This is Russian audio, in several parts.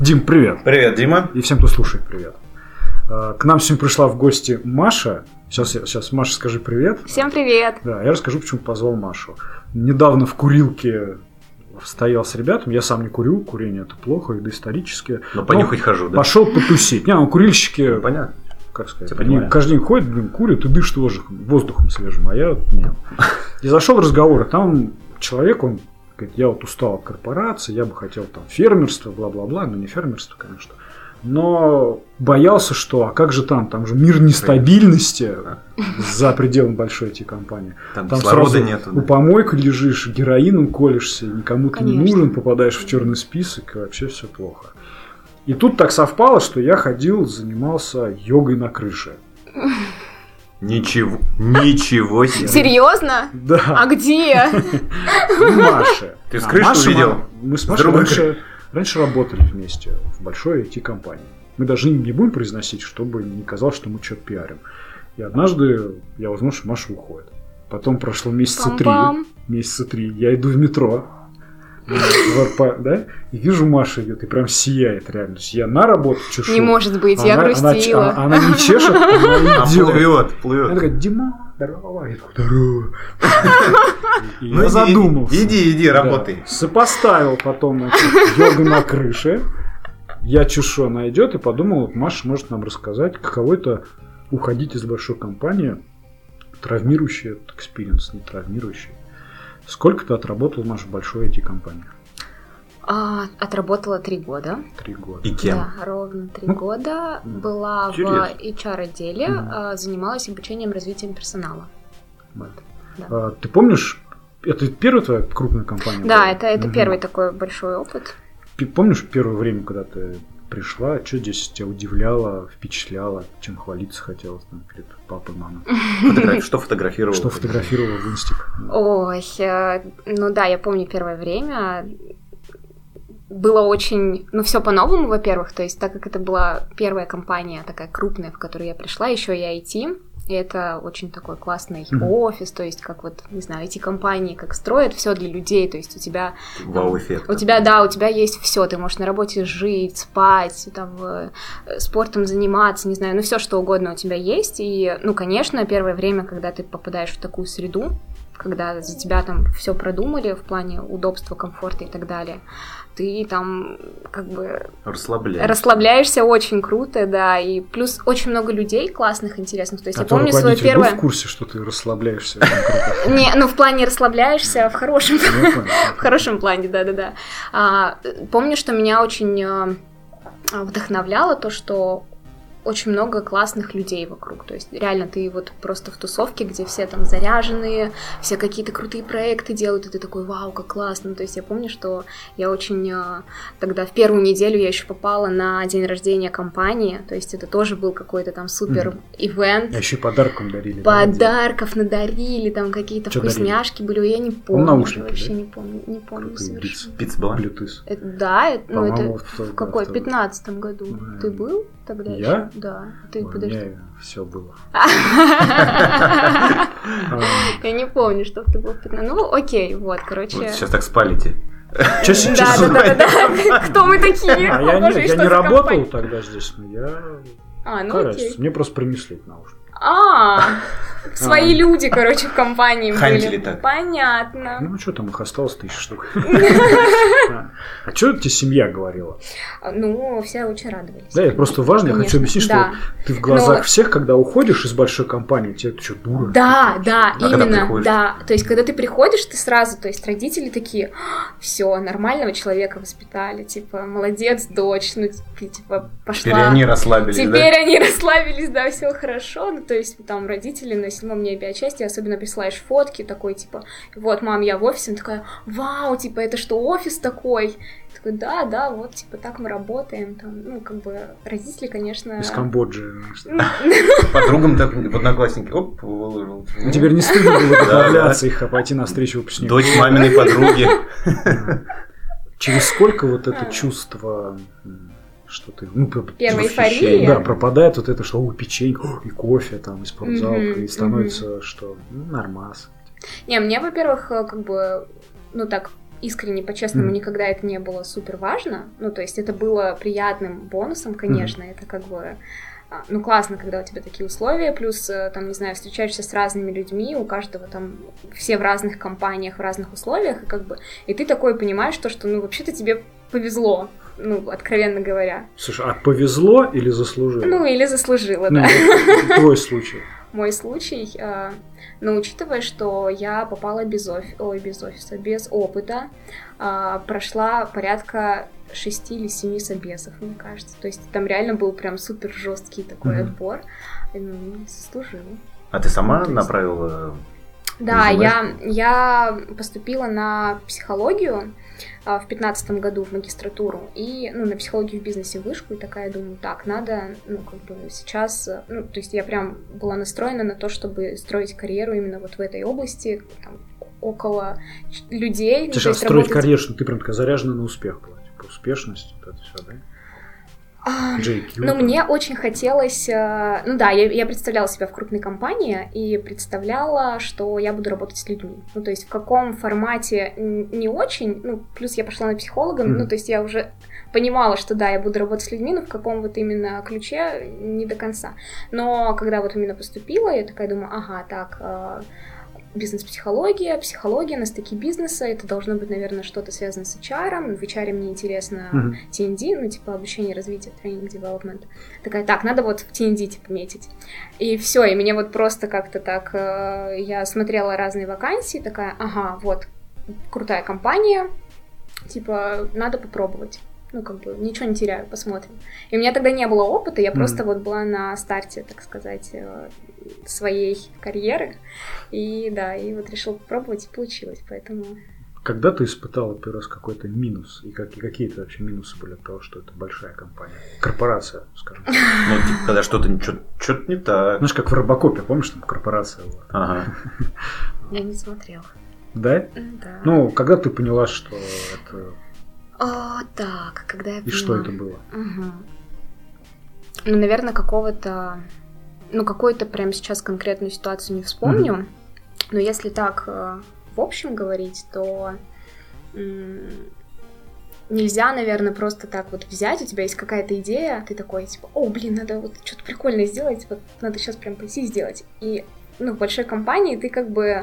Дим, привет. Привет, Дима. И всем, кто слушает, привет. К нам сегодня пришла в гости Маша. Сейчас, Маша, скажи привет. Всем привет. Да, я расскажу, почему позвал Машу. Недавно в курилке стоял с ребятами. Я сам не курю, курение это плохо, и доисторически. Но понюхать хожу, да? Пошел потусить. Курильщики, понятно. Как сказать, они каждый день ходят, курят и дышат воздухом свежим, а я нет. И зашел в разговор, и там человек, он говорит, я вот устал от корпорации, я бы хотел там фермерство, бла-бла-бла, но не фермерство, конечно. Но боялся, что, а как же там же мир нестабильности за пределами большой IT-компании. Там сразу нету, у помойки лежишь, героином колешься, никому ты не нужен, попадаешь в черный список, и вообще все плохо. И тут так совпало, что я занимался йогой на крыше. Ничего себе. Серьезно? Да. А где? Маша. Ты с крыши увидел? Мы с Машей раньше работали вместе в большой IT-компании. Мы даже не будем произносить, чтобы не казалось, что мы что-то пиарим. И однажды я узнал, что Маша уходит. Потом прошло месяца три. Я иду в метро. Да? И вижу, Маша идет и прям сияет реально. То есть я на работу чешу. Не может быть, я грустила. Она не чешет, она идет. Плывет. Она такая, Дима, здорово. Я такой, здорово. Я задумался. Иди, работай. Сопоставил потом йогу на крыше. Я чешу, она идет, и подумал, Маша может нам рассказать, каково это уходить из большой компании. Травмирующий экспириенс, не травмирующий. Сколько ты отработал, Маша, в большой IT-компании? Отработала 3 года. 3 года. И кем? Да, ровно 3 года. Была в HR-отделе, занималась обучением и развитием персонала. Вот. Да. Ты помнишь, это первая твоя крупная компания? Да, это первый такой большой опыт. Помнишь первое время, когда ты пришла, что здесь тебя удивляло, впечатляло, чем хвалиться хотелось там, перед папой, мамой? Что фотографировала? Что фотографировала в инстик? Ой, ну да, я помню первое время. Было очень, все по-новому, во-первых, то есть так как это была первая компания такая крупная, в которую я пришла, еще и IT, и это очень такой классный офис, то есть как вот, не знаю, IT-компании как строят все для людей, то есть у тебя... Вау-эффект. У тебя есть все, ты можешь на работе жить, спать, там, спортом заниматься, не знаю, все что угодно у тебя есть, и, конечно, первое время, когда ты попадаешь в такую среду, когда за тебя там все продумали в плане удобства, комфорта и так далее, ты там как бы расслабляешься очень круто, да, и плюс очень много людей классных, интересных. То есть я помню свое первое... Был в курсе, что ты расслабляешься? Не, в плане расслабляешься в хорошем плане, да. Помню, что меня очень вдохновляло то, что очень много классных людей вокруг, то есть реально ты вот просто в тусовке, где все там заряженные, все какие-то крутые проекты делают, и ты такой, вау, как классно, то есть я помню, что я очень тогда в первую неделю я еще попала на день рождения компании, то есть это тоже был какой-то там супер ивент. А еще и подарком дарили. Подарков надарили, там какие-то вкусняшки были, я не помню. Наушники, вообще не помню совершенно. Пицца была? Bluetooth. Да, это в какой, в 15-м году ты был тогда? Я? Да. Ты подожди. У меня все было. Я не помню, что ты был в 15. Окей, вот, короче. Сейчас так спалите. Да. Кто мы такие? Я не работал тогда здесь, но я... окей. Мне просто принесли наушники. Свои люди, короче, в компании были. Так. Понятно. Что там, их осталось 1000 штук. А что тебе семья говорила? Все очень радовались. Да, это просто важно. Я хочу объяснить, что ты в глазах всех, когда уходишь из большой компании, тебе ты что, дура? Да, именно. Да. То есть, когда ты приходишь, ты сразу, то есть, родители такие, все, нормального человека воспитали, типа, молодец, дочь, типа, пошла. Теперь они расслабились, да, все хорошо. То есть, там, родители на 7-м небе отчасти, особенно присылаешь фотки, такой, типа, вот, мам, я в офисе, она такая, вау, типа, это что, офис такой? Такой, да, вот, типа, так мы работаем, там, как бы, родители, конечно... Из Камбоджи. Подругам так в Одноклассники, выложил. Теперь не стыдно было добавляться их, а пойти навстречу выпускнику. Дочь маминой подруги. Через сколько вот это чувство... что ты, первая эйфория. Да, пропадает вот это, что печенье, и кофе там, и спортзал, и становится, что нормас. Не, мне, во-первых, как бы, так, искренне, по-честному, никогда это не было супер важно. Ну, то есть это было приятным бонусом, конечно, это как бы... Ну, классно, когда у тебя такие условия, плюс, там, не знаю, встречаешься с разными людьми, у каждого там, все в разных компаниях, в разных условиях, и как бы, и ты такой понимаешь то, что, ну, вообще-то тебе повезло, ну, откровенно говоря. Слушай, а повезло или заслужило? Ну, или заслужило, да. Твой случай. Мой случай, но учитывая, что я попала без опыта, прошла порядка 6 или 7 собесов, мне кажется. То есть там реально был прям супер жесткий такой отбор. И, ну, заслужила. А ты сама направила? Да, я поступила на психологию в 2015 году в магистратуру и, ну, на психологию в бизнесе вышку, и такая думаю, так, надо, ну, как бы сейчас, ну, то есть я прям была настроена на то, чтобы строить карьеру именно вот в этой области, там, около людей. Слушай, а строить карьеру, что ты прям такая заряжена на успех была, типа успешность, вот это все, да? JQ, ну, мне очень хотелось... Ну да, я представляла себя в крупной компании и представляла, что я буду работать с людьми. Ну, то есть в каком формате не очень. Ну, плюс я пошла на психолога, ну, то есть я уже понимала, что да, я буду работать с людьми, но в каком вот именно ключе не до конца. Но когда вот именно поступила, я такая думаю, ага, так... бизнес-психология, психология на стыке бизнеса, это должно быть, наверное, что-то связано с HR, в HR мне интересно TND, ну, типа обучение, развитие, тренинг, девелопмент. Такая, так, надо вот в TND, типа, метить. И все, и мне вот просто как-то так, я смотрела разные вакансии, такая, ага, вот, крутая компания, типа, надо попробовать. Ну, как бы, ничего не теряю, посмотрим. И у меня тогда не было опыта, я просто вот была на старте, так сказать, своей карьеры. И да, и вот решила попробовать, и получилось, поэтому... Когда ты испытала первый раз какой-то минус? И какие-то вообще минусы были от того, что это большая компания? Корпорация, скажем так. Ну, типа, когда что-то не так. Знаешь, как в Робокопе, помнишь, там корпорация была? Ага. Я не смотрела. Да? Да. Ну, когда ты поняла, что это... О, так, когда я поняла. И что это было? Угу. Ну, наверное, какого-то... Ну, какую-то прямо сейчас конкретную ситуацию не вспомню. Но если так в общем говорить, то нельзя, наверное, просто так вот взять, у тебя есть какая-то идея, ты такой, типа, о, блин, надо вот что-то прикольное сделать, вот надо сейчас прям пойти и сделать. И, ну, в большой компании ты как бы...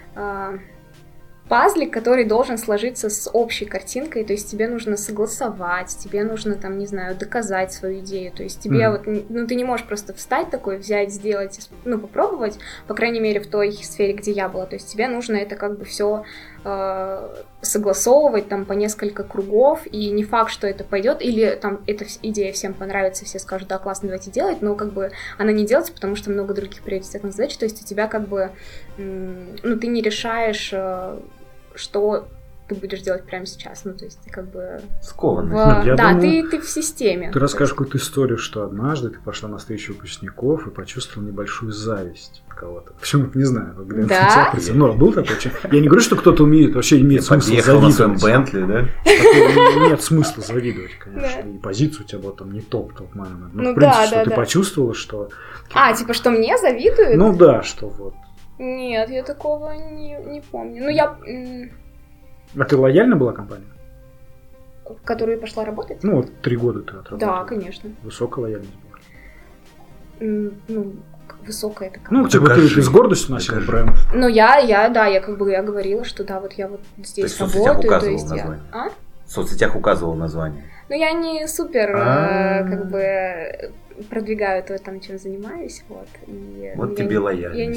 пазлик, который должен сложиться с общей картинкой, то есть тебе нужно согласовать, тебе нужно, там, не знаю, доказать свою идею, то есть тебе вот, ну, ты не можешь просто встать такой, взять, сделать, ну, попробовать, по крайней мере, в той сфере, где я была, то есть тебе нужно это как бы все согласовывать, там, по несколько кругов, и не факт, что это пойдет, или там эта идея всем понравится, все скажут, да, классно, давайте делать, но как бы она не делается, потому что много других приоритетных задач, то есть у тебя как бы, ну, ты не решаешь... что ты будешь делать прямо сейчас, ну, то есть ты как бы... Скованный. Да, думаю, ты в системе. Ты расскажешь какую-то историю, что однажды ты пошла на встречу выпускников и почувствовала небольшую зависть от кого-то. Почему? Не знаю. Да? Ну, был такой человек. Я не говорю, что кто-то умеет, вообще имеет смысл завидовать. На своем Бентли, да? Нет смысла завидовать, конечно. И позиция у тебя была там не топ-менеджмент. Ну, в принципе, что ты почувствовала, что... типа, что мне завидуют? Ну да, что вот. Нет, я такого не помню. Ну, я... А ты лояльна была компания? В которую я пошла работать? Ну, вот 3 года ты отработала. Да, конечно. Высокая лояльность была. Ну, высокая это как? Ну, типа ты с гордостью носила бренд. Ну, я как бы я говорила, что да, вот я вот здесь работаю. То есть в соцсетях указывала название? В соцсетях указывала название. Ну, я не супер, как бы, продвигаю то, там, чем занимаюсь, вот. И вот тебе лояльность. Я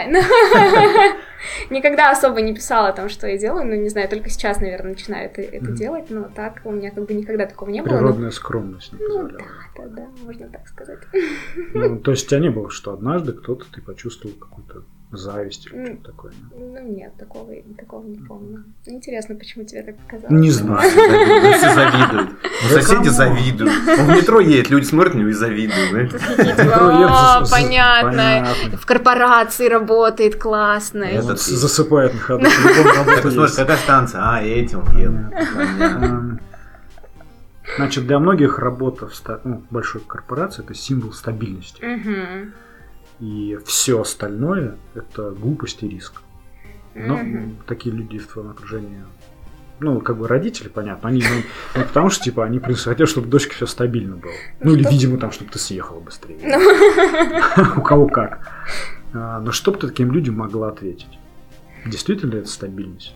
никогда особо не писала там, что я делаю, ну, не знаю, только сейчас, наверное, начинаю это делать, но так у меня как бы никогда такого не было. Природная скромность не позволяла. Ну, да, можно так сказать. Ну, то есть у тебя не было, что однажды кто-то, ты почувствовал какую-то зависть или что-то такое? Ну, нет, такого не помню. Интересно, почему тебе так показалось? Не знаю. Все завидуют. Соседи завидуют. Он в метро едет, люди смотрят на него и завидуют. Понятно. В корпорации работает классно. Засыпает на ходу. Смотришь, какая станция? Этим едут. Значит, для многих работа в большой корпорации – это символ стабильности. И все остальное – это глупость и риск. Но такие люди в твоем окружении ну, как бы родители, понятно, они, ну, потому что, типа, они, в принципе, хотят, чтобы дочке все стабильно было. Ну, или, видимо, там, чтобы ты съехала быстрее. У кого как. Но что бы ты таким людям могла ответить? Действительно ли это стабильность?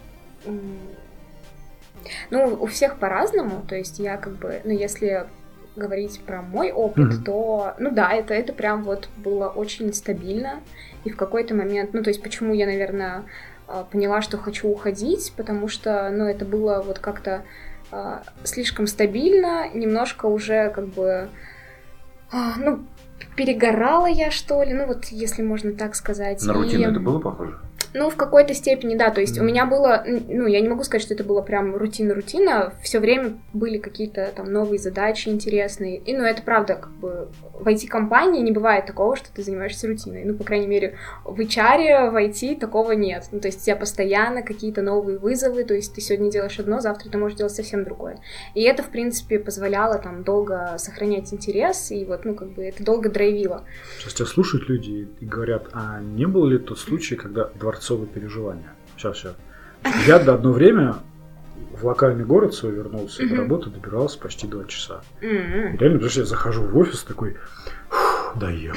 Ну, у всех по-разному, то есть я как бы, ну, если говорить про мой опыт, то, ну да, это прям вот было очень стабильно, и в какой-то момент, ну, то есть почему я, наверное, поняла, что хочу уходить, потому что, ну, это было вот как-то слишком стабильно, немножко уже как бы, ну, перегорала я, что ли, ну, вот если можно так сказать. На рутину это было похоже? Ну, в какой-то степени, да, то есть у меня было, ну, я не могу сказать, что это было прям рутина, все время были какие-то там новые задачи интересные, и, ну, это правда, как бы, в IT-компании не бывает такого, что ты занимаешься рутиной, ну, по крайней мере, в HR, в IT такого нет, ну, то есть у тебя постоянно какие-то новые вызовы, то есть ты сегодня делаешь одно, завтра ты можешь делать совсем другое, и это, в принципе, позволяло там долго сохранять интерес, и вот, ну, как бы, это долго драйвило. Сейчас тебя слушают люди и говорят, а не был ли тот случай, когда дворцовые переживания? Сейчас. Я одно время в локальный город свой вернулся, и до работы добирался почти 2 часа. И реально, потому что я захожу в офис такой, доехал.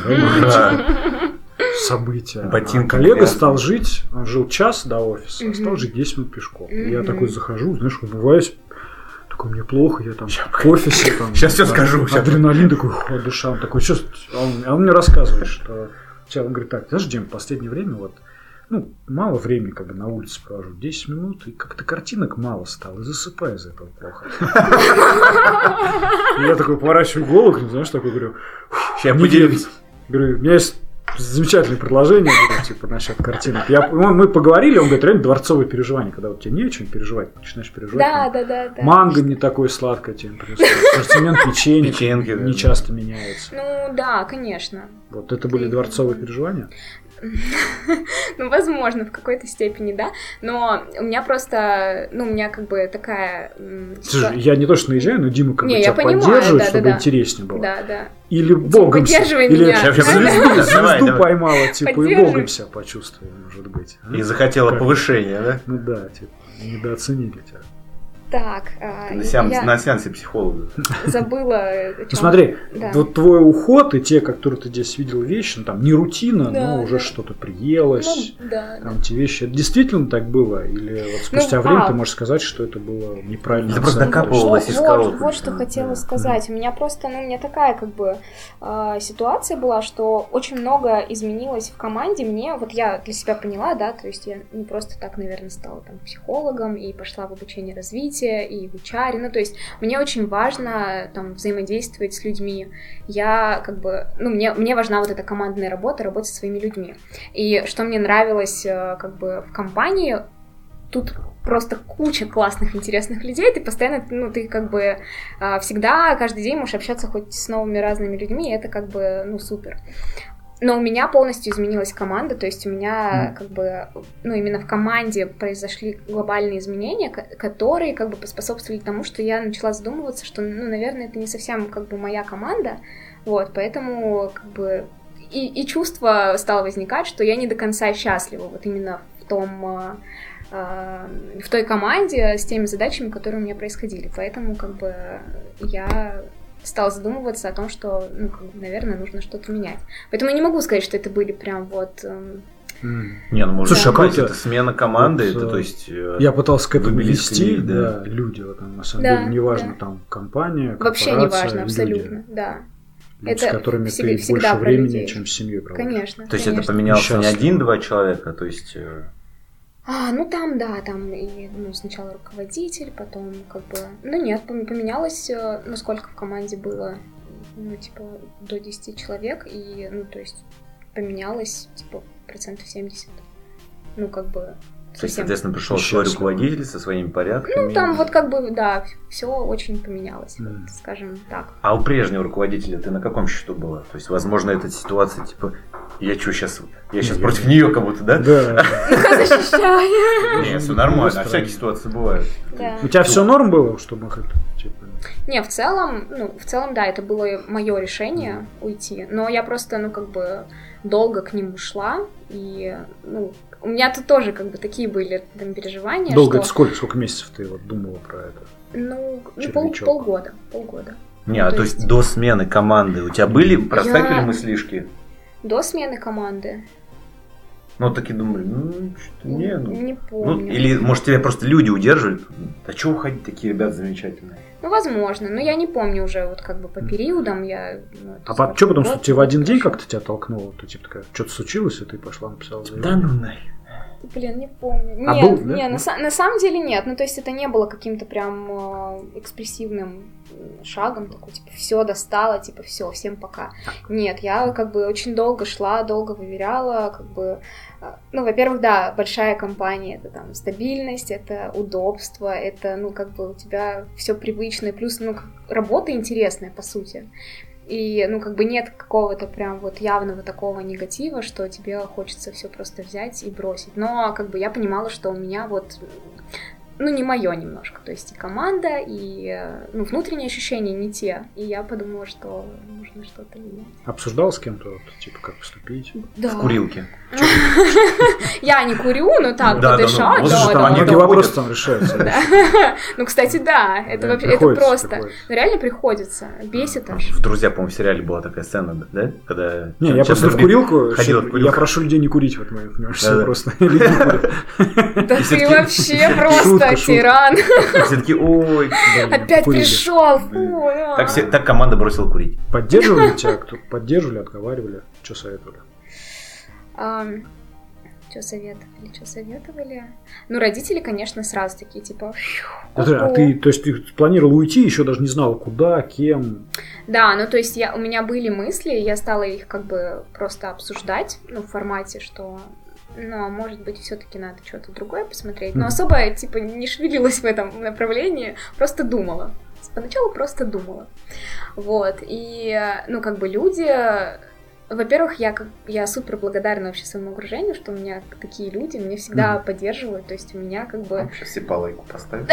События. А коллега стал жить, он жил час до офиса, а стал жить 10 минут пешком. И я такой захожу, знаешь, умываюсь, такой, мне плохо, я там в офисе. Там, сейчас все скажу. Адреналин такой, душа. Он такой, что? Он мне рассказывает, что... Он говорит, так, знаешь, Дим, в последнее время вот, ну, мало времени, когда на улице провожу, 10 минут, и как-то картинок мало стало, и засыпаю из этого плохо. Я такой поворачиваю голову, знаешь, такой говорю, сейчас поделюсь. Говорю, у меня есть замечательное предложение, типа, насчет картинок. Мы поговорили, он говорит, реально дворцовые переживания, когда вот тебе не о чем переживать, начинаешь переживать. Да. Манго не такое сладкое тебе происходит, ассортимент печенья не часто меняется. Ну да, конечно. Вот это были дворцовые переживания? Ну, возможно, в какой-то степени, да. Но у меня просто, ну, у меня как бы такая... Слушай, я не то, что наезжаю, но Дима как бы тебя поддерживает, чтобы интереснее было. Да. Или богом поддерживай или меня. звезду поймала, типа, и богом себя почувствовала, может быть. И захотела повышения, да? Ну да, типа, недооценили тебя. Так, на сеансе психолога. Забыла. Ну смотри, вот твой уход и те, которые ты здесь видел вещи, ну там не рутина, но уже что-то приелось. Там те вещи. Это действительно так было? Или вот спустя время ты можешь сказать, что это было неправильно? Это просто накапывалось из кого-то. Вот что хотела сказать. У меня просто, ну, у меня такая как бы ситуация была, что очень много изменилось в команде. Мне, вот я для себя поняла, да, то есть я не просто так, наверное, стала там психологом и пошла в обучение развития, и в HR, ну, то есть мне очень важно там взаимодействовать с людьми. Я как бы, ну, мне важна вот эта командная работа со своими людьми. И что мне нравилось как бы в компании, тут просто куча классных, интересных людей, ты постоянно, ну, ты как бы всегда, каждый день можешь общаться хоть с новыми разными людьми, и это как бы, ну, супер. Но у меня полностью изменилась команда, то есть у меня как бы, ну, именно в команде произошли глобальные изменения, которые как бы поспособствовали тому, что я начала задумываться, что, ну, наверное, это не совсем как бы моя команда, вот, поэтому как бы и чувство стало возникать, что я не до конца счастлива вот именно в той команде с теми задачами, которые у меня происходили, поэтому как бы я стала задумываться о том, что, ну, наверное, нужно что-то менять. Поэтому я не могу сказать, что это были прям вот... Не, ну, может, слушай, это смена команды, вот, это, то есть... Я пытался к этому вести, да, люди, вот, на самом деле, неважно, там, компания, корпорация, вообще неважно, абсолютно, да. Люди, с которыми ты больше времени, чем с семьей проводишь. Конечно. То есть это поменялось не один-два человека, то есть... Ну там, да, там и, ну, сначала руководитель, потом как бы... Ну нет, поменялось, ну сколько в команде было, ну типа до 10 человек, и, ну то есть поменялось типа 70%. Ну как бы... То есть, соответственно, пришел свой руководитель со своими порядками. Ну, там вот как бы, да, все очень поменялось, вот, скажем так. А у прежнего руководителя ты на каком счету была? То есть, возможно, эта ситуация, типа, я сейчас против нее как будто, да? Да. Защищаю. Нет, все нормально, всякие ситуации бывают. У тебя все норм было, чтобы как-то, типа... Не, в целом, да, это было мое решение уйти, но я просто, ну, как бы долго к нему шла, и, ну, у меня тут тоже как бы такие были там переживания. Долго что... это сколько месяцев ты вот думала про это? Ну, полгода. Не, то есть до смены команды у тебя проскакивали мыслишки? До смены команды. Ну, такие думали, что-то не помню. Или, может, тебя просто люди удерживают? А чего уходить, такие ребята замечательные? Ну, возможно, но я не помню уже вот как бы по периодам. А что потом, что тебе в один день как-то тебя толкнуло? Ты типа такая, что-то случилось, и ты пошла написала заявление? Да ну нахер. Блин, не помню. На самом деле нет. Ну, то есть это не было каким-то прям экспрессивным шагом, такой, типа, все достало, типа, все, всем пока. Нет, я как бы очень долго шла, долго выверяла, как бы, ну, во-первых, да, большая компания, это там стабильность, это удобство, это, ну, как бы у тебя все привычное, плюс, ну, работа интересная, по сути. И, ну, как бы нет какого-то прям вот явного такого негатива, что тебе хочется все просто взять и бросить. Но, как бы, я понимала, что у меня вот, ну, не мое немножко. То есть и команда, и, ну, внутренние ощущения не те. И я подумала, что нужно что-то менять. Обсуждал с кем-то, вот, типа, как поступить? Да. В курилке. Я не курю, но так, подышать. Многие вопросы там решаются. Ну, кстати, да, это просто. Реально приходится. Бесит аж. В «Друзья», по-моему, в сериале была такая сцена, да? Когда... Не, я просто в курилку, я прошу людей не курить в этот момент, потому что просто люди курят. Да ты вообще просто тиран. Все таки ой. Опять пришел. Так команда бросила курить. Поддерживали тебя? Поддерживали, отговаривали? Что советовали? Что советовали? Ну, родители, конечно, сразу такие, типа... А ты, то есть, ты планировала уйти, еще даже не знала, куда, кем? Да, ну, то есть, у меня были мысли, я стала их как бы просто обсуждать, ну, в формате, что... Ну, а может быть, все-таки надо что-то другое посмотреть. Но особо, типа, не шевелилась в этом направлении, просто думала. Поначалу просто думала. Вот, и, ну, как бы люди... Во-первых, я супер благодарна вообще своему окружению, что у меня такие люди, меня всегда поддерживают, то есть у меня как бы... Сейчас все по лайку поставят.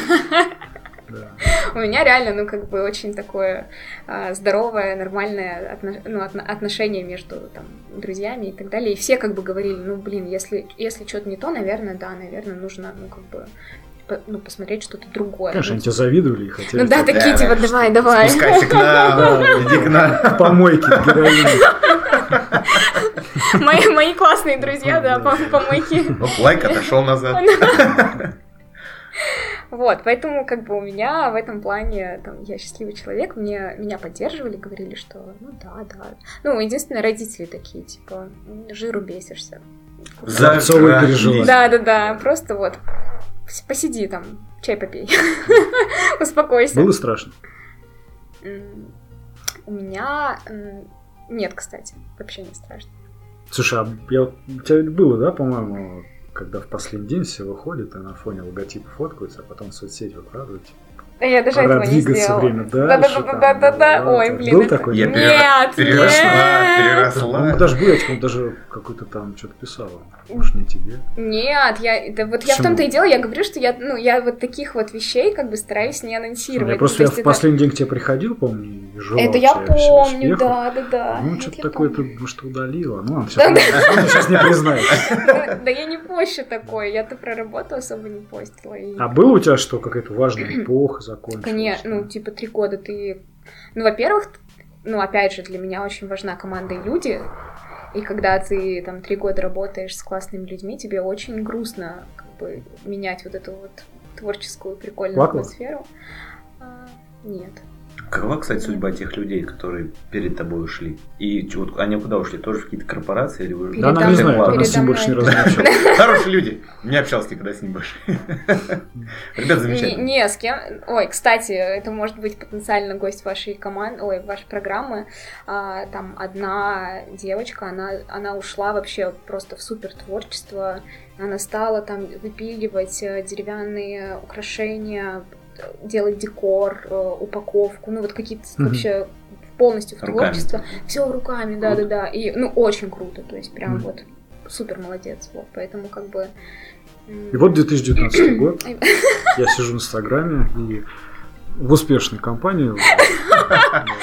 У меня реально, ну, как бы очень такое здоровое, нормальное отношение между там друзьями и так далее. И все как бы говорили, ну, блин, если что-то не то, наверное, нужно, ну, как бы... Ну, посмотреть что-то другое. Конечно, они тебя завидовали и хотели... Ну да, такие типа, давай. Спускайся к нам, иди к нам. Помойки, героин. Мои классные друзья, да, помойки. Лайк отошел назад. Вот, поэтому как бы у меня в этом плане, там, я счастливый человек, меня поддерживали, говорили, что, ну да. Ну, единственное, родители такие, типа, жиру бесишься. Взорцовые переживания. Да, просто вот. Посиди там, чай попей. Успокойся. Было страшно? У меня... Нет, кстати, вообще не страшно. Слушай, а у тебя было, да, по-моему, когда в последний день все выходят и на фоне логотипа фоткаются, а потом в соцсети выкладывают? Я даже этого не сделала. Время Да. Ой, блин. Был такой? Нет. Переросла. Ну, даже был, я даже какой-то там что-то писала. Может, не тебе? Нет, я в том-то и дело, я говорю, что я вот таких вот вещей как бы стараюсь не анонсировать. Я просто в последний день к тебе приходил, помню, и желал. Это я помню, да. Ну, что-то такое ты, может, удалила. Ну, все равно сейчас не признаешь. Да я не пощу такое, я-то про работу особо не постила. А было у тебя что, какая-то важная эпоха закончилась? Конечно, ну, типа 3 года ты... Ну, во-первых, ну, опять же, для меня очень важна команда и люди. И когда ты там 3 года работаешь с классными людьми, тебе очень грустно как бы менять вот эту вот творческую прикольную атмосферу. Нет. Какова, кстати, судьба тех людей, которые перед тобой ушли? И вот они куда ушли? Тоже в какие-то корпорации? Или вы... Да, она не знает, она с ним больше не разговаривала. Хорошие люди. Не общался никогда с ним больше. Ребята замечательные. Не, с кем... Ой, кстати, это может быть потенциально гость вашей команды, вашей программы. Там одна девочка, она ушла вообще просто в супер творчество. Она стала там выпиливать деревянные украшения, делать декор, упаковку, ну вот какие-то вообще полностью в творчество. Все руками, да. И, ну, очень круто, то есть прям вот супер молодец. Вот, поэтому как бы... И вот 2019 год, я сижу в Инстаграме и в успешной компании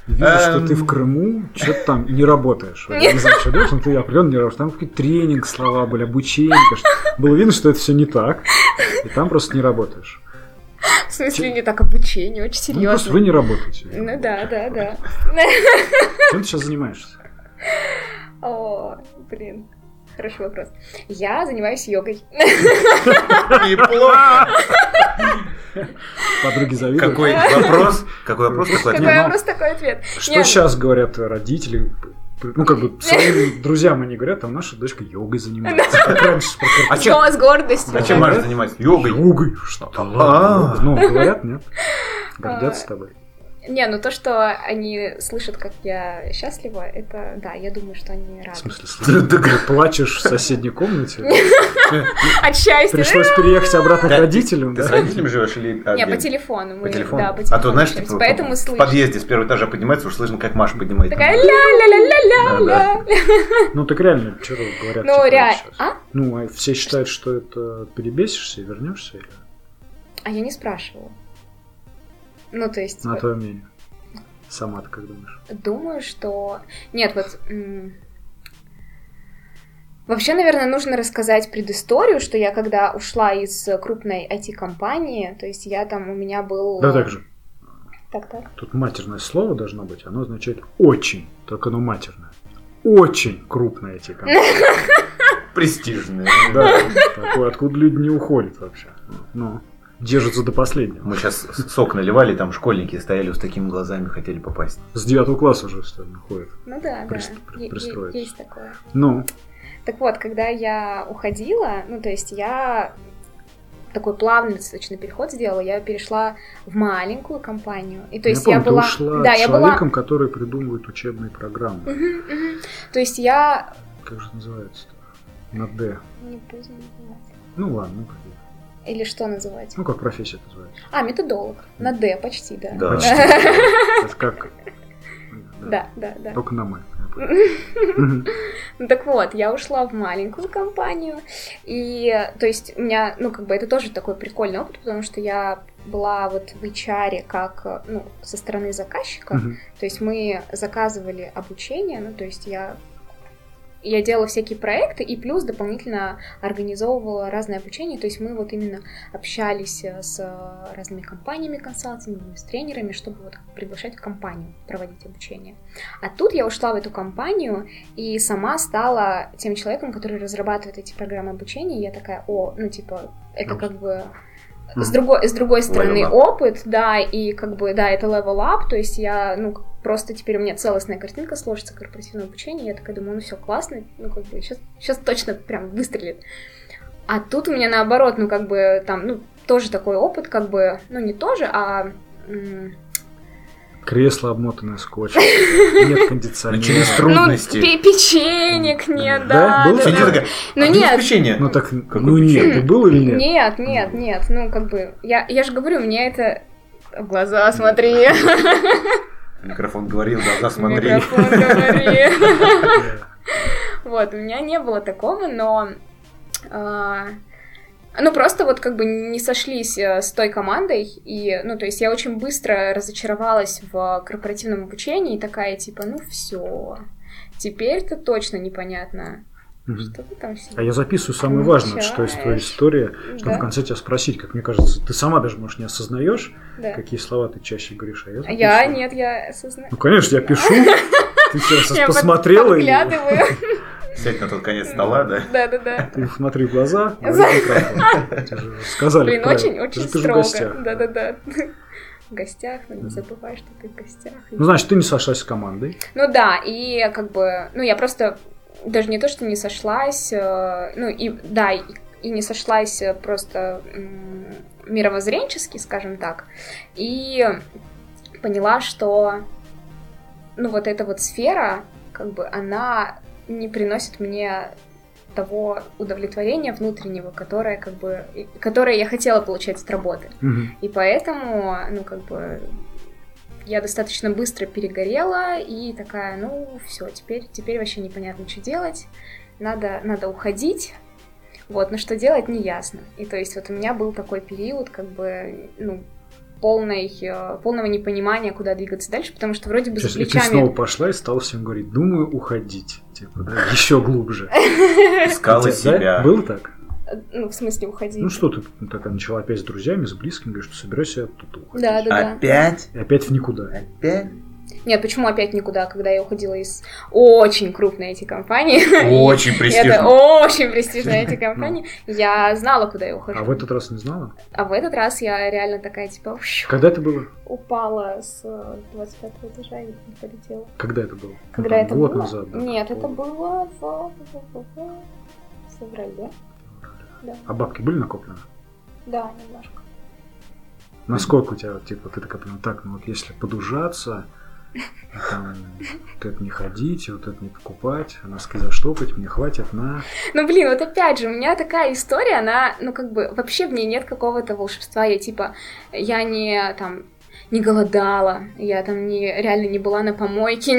Вижу, что ты в Крыму, что-то там не работаешь. Я не знаю, что делаешь, но ты определенно не работаешь. Там какой-то тренинг, слова были, обучение. Было видно, что это все не так. И там просто не работаешь. В смысле, не так обучение, очень серьезно. Просто вы не работаете. Ну да. Чем ты сейчас занимаешься? О, блин. Хороший вопрос. Я занимаюсь йогой. Неплохо. Подруги завидуют. Какой вопрос, такой ответ. Такой ответ. Что сейчас говорят родители? Ну, как бы своим друзьям они говорят, там наша дочка йогой занимается. Как раньше. С гордостью. А чем Маша занимается? Йогой? Йогой. Что? Ну, говорят, нет? Гордятся тобой. Не, ну то, что они слышат, как я счастлива, это, да, я думаю, что они рады. В смысле, ты плачешь в соседней комнате? От счастья. Пришлось переехать обратно к родителям, Ты да? с родителями живешь или... Не, по телефону. По телефону? Да, по телефону. А то, знаешь, типа, поэтому в подъезде с первого этажа поднимается, уж слышно, как Маша поднимает. Такая ля-ля-ля-ля-ля-ля. Ну, так реально, что говорят? Ну, реально. А? Ну, а все считают, что это перебесишься и вернешься? А я не спрашивала. Ну, то есть... На твое мнение. Сама-то как думаешь? Думаю, что... Нет, вот... Вообще, наверное, нужно рассказать предысторию, что я когда ушла из крупной IT-компании, то есть я там, у меня был... Да, так же. Так. Тут матерное слово должно быть, оно означает «очень», только оно матерное. Очень крупная IT-компания. Престижная. Да, такое, откуда люди не уходят вообще. Ну... Держатся до последнего. Мы сейчас сок наливали, там школьники стояли с такими глазами, хотели попасть. С 9 класса уже ходят. Ну да, пристроиться. Есть такое. Ну. Так вот, когда я уходила, ну то есть я такой плавный достаточно переход сделала, я перешла в маленькую компанию. И то есть я была... Ты ушла человеком, который придумывает учебные программы. То есть я... Как же называется-то? На «Д». Не буду называть. Ну ладно, или что называть? Ну, как профессия называется? Методолог. На «Д», почти, да. Да. Почти. Это как... Да. Только на «М». Ну так вот, я ушла в маленькую компанию, и, то есть, у меня, ну, как бы, это тоже такой прикольный опыт, потому что я была вот в HR как, ну, со стороны заказчика, то есть мы заказывали обучение, ну, то есть я делала всякие проекты и плюс дополнительно организовывала разное обучение. То есть мы вот именно общались с разными компаниями консалтинговыми, с тренерами, чтобы вот приглашать в компанию проводить обучение. А тут я ушла в эту компанию и сама стала тем человеком, который разрабатывает эти программы обучения. И я такая, это как бы... С другой стороны опыт, да, и как бы, да, это level up, то есть я, просто теперь у меня целостная картинка сложится корпоративного обучения, я такая думаю, все классно, как бы сейчас точно прям выстрелит. А тут у меня наоборот, там, тоже такой опыт, как бы, не тоже, а... Кресло, обмотанное скотчем, нет кондиционера. Начались трудности. Печенек нет, да. Был такая? Нет. Печенье? Нет, ты был или нет? Нет, как бы, я же говорю, у меня это... В глаза смотри. Микрофон говорил, глаза смотри. Микрофон говори. Вот, у меня не было такого, но... просто вот как бы не сошлись с той командой, и, то есть я очень быстро разочаровалась в корпоративном обучении, и такая, типа, все, теперь-то точно непонятно, что ты там себе. А я записываю самое важное, что из твоей истории, чтобы в конце тебя спросить, как мне кажется, ты сама даже, может, не осознаешь, какие слова ты чаще говоришь, а я записываю. Я осознаю. Ну, конечно, я пишу, ты сейчас посмотрела и... Сядь на тот конец стола, да? Да. Ты смотри в глаза, говори микрофон. Тебе же сказали. Блин, очень строго. Да. В гостях, не забывай, что ты в гостях. Ну, значит, ты не сошлась с командой. Ну да, и как бы, я просто даже не то, что не сошлась, и не сошлась просто мировоззренчески, скажем так, и поняла, что, вот эта вот сфера, как бы, она не приносит мне того удовлетворения внутреннего, которое я хотела получать от работы. И поэтому, я достаточно быстро перегорела и такая, все, теперь вообще непонятно, что делать, надо уходить, но что делать, не ясно. И то есть вот у меня был такой период, полного непонимания, куда двигаться дальше, потому что вроде бы сейчас, за плечами... И ты снова пошла и стала всем говорить, думаю, уходить. Типа, да, еще глубже. Искала себя. Да? Было так? Ну, в смысле уходить. Ну что, ты такая начала опять с друзьями, с близкими, говоришь, что собирайся оттуда уходить. Да. Опять? И опять в никуда. Опять? Нет, почему опять никуда, когда я уходила из очень крупной IT-компании. Очень престижной. Это очень престижная IT-компания. Я знала, куда я ухожу. А в этот раз не знала? А в этот раз я реально такая, типа... Когда это было? Упала с 25-го этажа и полетела. Когда это было? Когда это было? Год назад. Да, нет, это было в феврале. Да. А бабки были накоплены? Да, немножко. Насколько у тебя, типа, ты такая, так, ну вот если подужаться, там, вот это не ходить, вот это не покупать, носки заштопать, мне хватит на... Ну, блин, вот опять же, у меня такая история, она, ну, как бы, вообще в ней нет какого-то волшебства, я, типа, я не голодала, я там реально не была на помойке,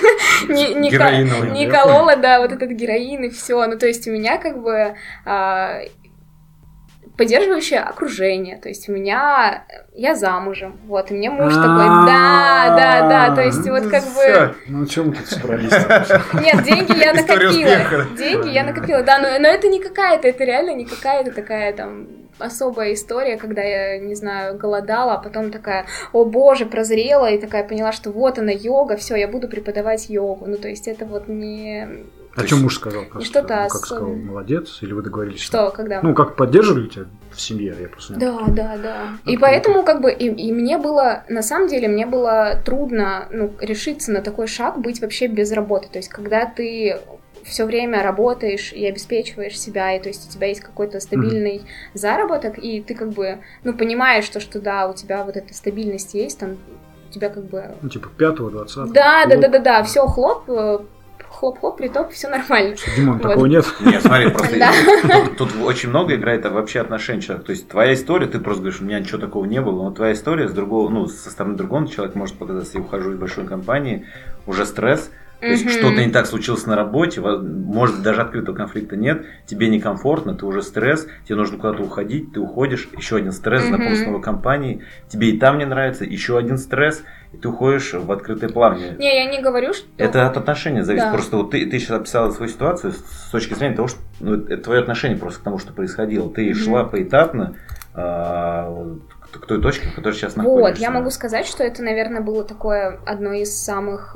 не колола, да, вот этот героин и все. Ну, то есть у меня как бы поддерживающее окружение, то есть я замужем, вот, и мне муж такой, да, то есть вот как бы... Ну, чем мы тут собрались? Нет, деньги я накопила, да, но это не какая-то, это реально не какая-то такая там особая история, когда я, не знаю, голодала, а потом такая, о боже, прозрела, и такая поняла, что вот она йога, все, я буду преподавать йогу, ну, то есть это вот не... А что муж сказал? Что-то как сказал, молодец? Или вы договорились? Что, когда? Ну, как поддерживали тебя в семье, я просто не знаю. Да. И поэтому, как бы, и мне было, на самом деле, мне было трудно, решиться на такой шаг, быть вообще без работы. То есть, когда ты все время работаешь и обеспечиваешь себя, и то есть у тебя есть какой-то стабильный заработок, и ты как бы, понимаешь, что да, у тебя вот эта стабильность есть, там, у тебя как бы... Ну, типа 5-го, 20-го. Да, все, хлоп-хлоп, притоп, все нормально. Димон, вот. Такого нет? Нет, смотри, просто тут очень много играет вообще отношения человека. То есть твоя история, ты просто говоришь, у меня ничего такого не было, но твоя история со стороны другого человека может показаться, я ухожу из большой компании, уже стресс, то есть что-то не так случилось на работе, может даже открытого конфликта нет, тебе некомфортно, ты уже стресс, тебе нужно куда-то уходить, ты уходишь, еще один стресс, знакомство с новой компанией, тебе и там не нравится, еще один стресс, и ты уходишь в открытое плавание. Не, я не говорю, что... Это от отношения зависит. Да. Просто вот ты сейчас описала свою ситуацию с точки зрения того, что это твое отношение просто к тому, что происходило. Ты шла поэтапно к той точке, в которой сейчас находишься. Вот, я могу сказать, что это, наверное, было такое одно из самых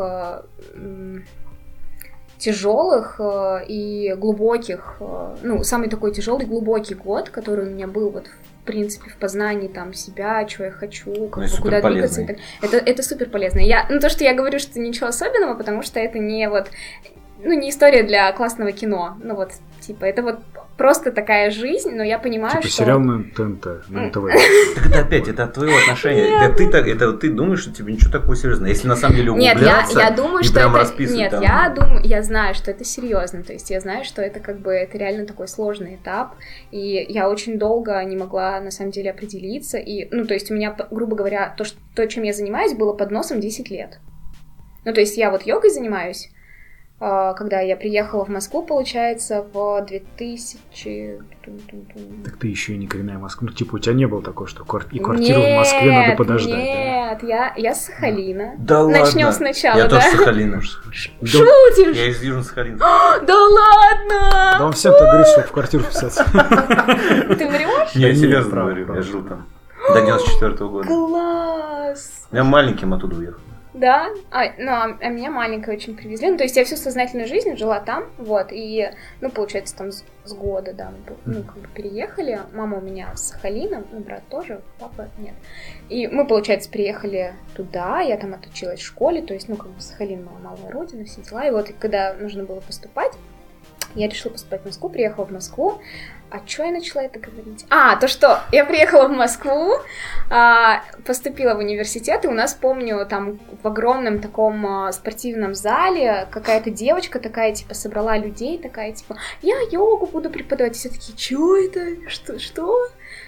тяжелых и глубоких, самый такой тяжелый глубокий год, который у меня был вот в принципе в познании там себя, что я хочу, куда двигаться. Это супер полезно. То, что я говорю, что ничего особенного, потому что это не не история для классного кино. Это вот просто такая жизнь, но я понимаю, что... сериал на ТНТ, на НТВ. Так это опять, это от твоего отношения. Это ты думаешь, что тебе ничего такого серьезного. Если на самом деле углубляться, я думаю, и что прям это... расписывать Нет, я знаю, что это серьезно. То есть я знаю, что это как бы это реально такой сложный этап. И я очень долго не могла на самом деле определиться. И, то есть у меня, грубо говоря, то, чем я занимаюсь, было под носом 10 лет. То есть я вот йогой занимаюсь. Когда я приехала в Москву, получается, в 2000... Так ты еще и не коренная Москва. У тебя не было такого, что и квартиру в Москве надо подождать. Нет, да? я с Сахалина. Да ладно. Начнем сначала, я тоже с Сахалина. Шутишь? Я из Южно-Сахалина. Да ладно! Да он всем так говорит, чтобы в квартиру вписаться. Ты врешь? Я серьезно говорю, я жил там до 94-го года. Класс! Я маленьким оттуда уехал. Да, а меня маленькая очень привезли. То есть я всю сознательную жизнь жила там, вот, и, получается, там с года, да, мы переехали. Мама у меня с Сахалина, брат тоже, папа нет. И мы, получается, переехали туда, я там отучилась в школе, то есть, Сахалин, моя малая родина, все дела. И вот, когда нужно было поступать, я решила поступать в Москву, приехала в Москву. А что я начала это говорить? То, что я приехала в Москву, поступила в университет, и у нас, помню, там в огромном таком спортивном зале какая-то девочка такая, собрала людей, такая, я йогу буду преподавать. Все такие, что это? Что?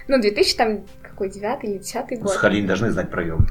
2009 или 10 год. Сахалин должны знать про йогу.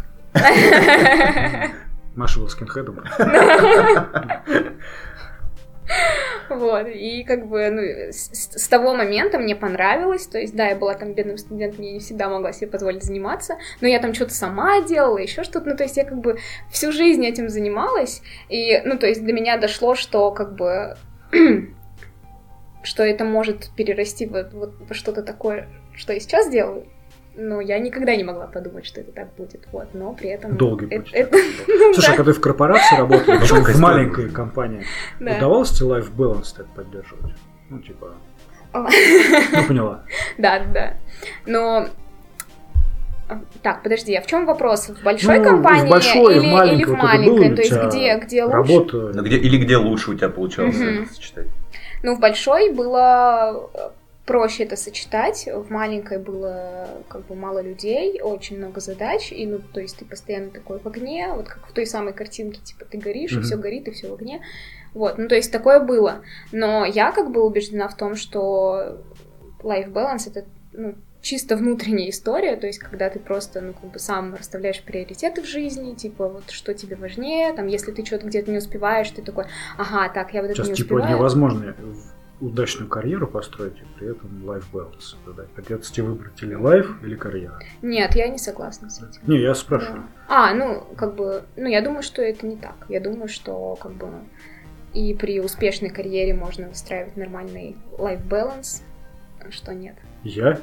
Маша был скинхедом. Вот, и как бы, ну, с того момента мне понравилось, то есть, да, я была там бедным студентом, я не всегда могла себе позволить заниматься, но я там что-то сама делала, еще что-то, ну, то есть, я как бы всю жизнь этим занималась, и, ну, то есть, до меня дошло, что, как бы, что это может перерасти вот во что-то такое, что я сейчас делаю. Но я никогда не могла подумать, что это так будет, вот, но при этом... Долгий путь. Слушай, а когда ты в корпорации работала, в маленькой компании, удавалось тебе life balance так поддерживать? Ну, типа... Ну, поняла. Да. Но... Так, подожди, а в чем вопрос? В большой компании или в маленькой? То есть где лучше? Или где лучше у тебя получалось это сочетать? Ну, в большой было... проще это сочетать. В маленькой было как бы мало людей, очень много задач, и, ну, то есть ты постоянно такой в огне, вот как в той самой картинке, типа, ты горишь, и все горит, и все в огне. Вот, ну, то есть такое было. Но я как бы убеждена в том, что life balance — это, ну, чисто внутренняя история, то есть когда ты просто, ну, как бы сам расставляешь приоритеты в жизни, типа, вот что тебе важнее, там, если ты что-то где-то не успеваешь, ты такой, ага, так, я вот это сейчас, не типа, успеваю. невозможно удачную карьеру построить, и при этом life balance соблюдать. Придется тебе выбрать или life, или карьера. Нет, я не согласна с этим. Не, я спрашиваю. Да. Ну, как бы, ну, я думаю, что это не так. Я думаю, что, как бы, и при успешной карьере можно выстраивать нормальный life balance, что нет. Я?